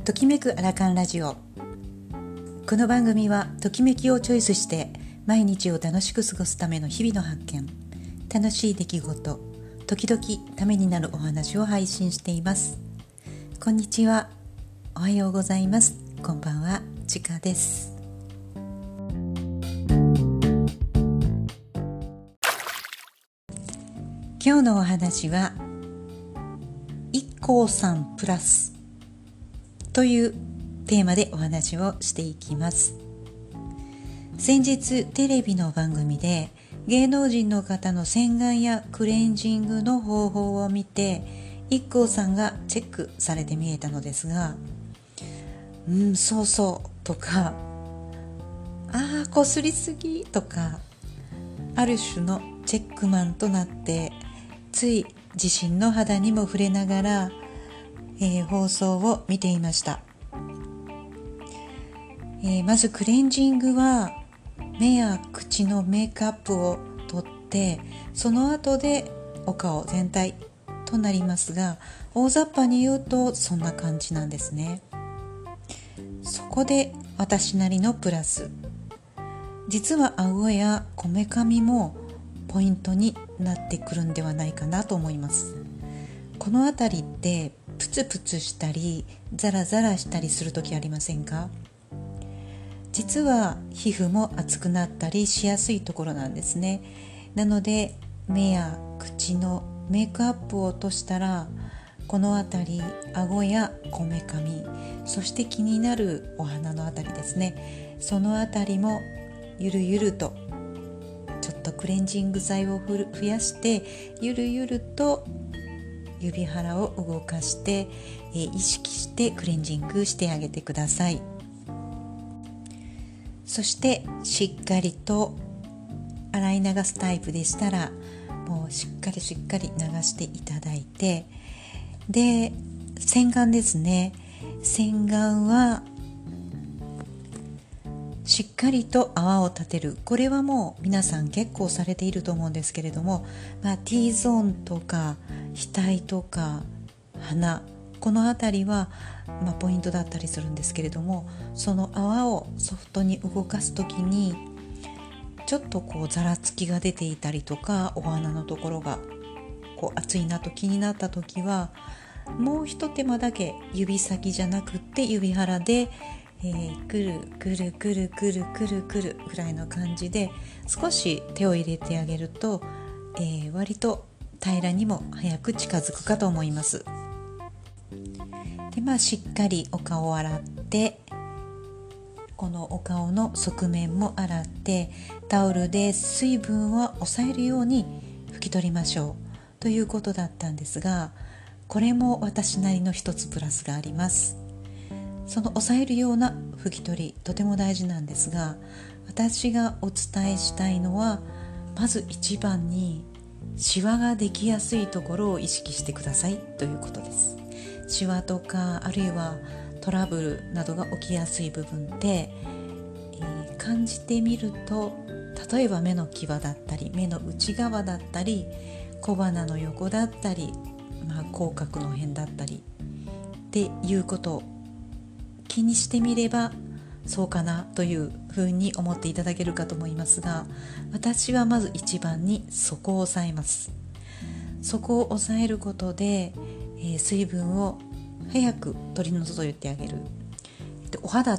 ときめくアラカンラジオ。この番組はときめきをチョイスして毎日を楽しく過ごすための日々の発見、楽しい出来事、時々ためになるお話を配信しています。こんにちは、おはようございます、こんばんは、ちかです。今日のお話はIKKOさんプラスというテーマでお話をしていきます。先日テレビの番組で芸能人の方の洗顔やクレンジングの方法を見てIKKOさんがチェックされて見えたのですが、そうそうとか、こすりすぎとか、ある種のチェックマンとなってつい自身の肌にも触れながら、放送を見ていました。まずクレンジングは目や口のメイクアップを取ってその後でお顔全体となりますが、大雑把に言うとそんな感じなんですね。そこで私なりのプラス、実は顎やこめかみもポイントになってくるんではないかなと思います。このあたりってプツプツしたりザラザラしたりするときありませんか？実は皮膚も熱くなったりしやすいところなんですね。なので目や口のメイクアップを落としたら、このあたり、顎やこめかみ、そして気になるお鼻のあたりですね、そのあたりもゆるゆるとちょっとクレンジング剤を増やしてゆるゆると指腹を動かして、意識してクレンジングしてあげてください。そしてしっかりと洗い流すタイプでしたら、もうしっかり流していただいて、で洗顔ですね。洗顔はしっかりと泡を立てる。これはもう皆さん結構されていると思うんですけれども、T ゾーンとか額とか鼻、このあたりは、ポイントだったりするんですけれども、その泡をソフトに動かすときにちょっとざらつきが出ていたりとか、お鼻のところが熱いなと気になったときは、もう一手間だけ指先じゃなくって指腹でくるくるくるくるくるくるぐらいの感じで少し手を入れてあげると、割と平らにも早く近づくかと思います。で、しっかりお顔を洗って、このお顔の側面も洗ってタオルで水分を抑えるように拭き取りましょうということだったんですが、これも私なりの一つプラスがあります。その抑えるような拭き取り、とても大事なんですが、私がお伝えしたいのは、まず一番にシワができやすいところを意識してくださいということです。シワとか、あるいはトラブルなどが起きやすい部分って、感じてみると、例えば目の際だったり、目の内側だったり、小鼻の横だったり、口角の辺だったりっていうことを気にしてみればそうかなというふうに思っていただけるかと思いますが、私はまず一番にそこを抑えます。そこを抑えることで、水分を早く取り除いてあげる。で、お肌って、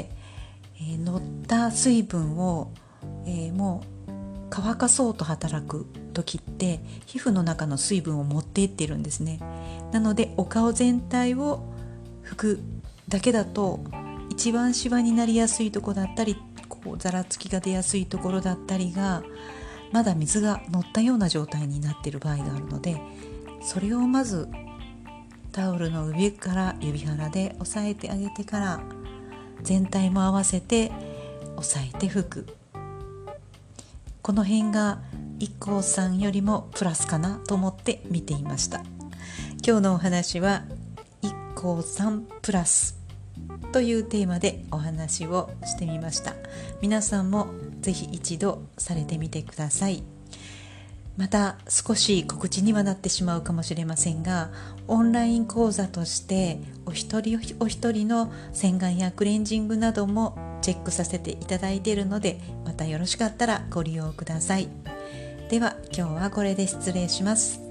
乗った水分を、もう乾かそうと働く時って皮膚の中の水分を持っていってるんですね。なのでお顔全体を拭くだけだと、一番シワになりやすいところだったり、ざらつきが出やすいところだったりがまだ水が乗ったような状態になっている場合があるので、それをまずタオルの上から指腹で押さえてあげてから、全体も合わせて押さえて拭く。この辺がIKKOさんよりもプラスかなと思って見ていました。今日のお話はIKKOさんプラスというテーマでお話をしてみました。皆さんもぜひ一度されてみてください。 また少し告知にはなってしまうかもしれませんが、オンライン講座としてお一人お一人の洗顔やクレンジングなどもチェックさせていただいているので、またよろしかったらご利用ください。では今日はこれで失礼します。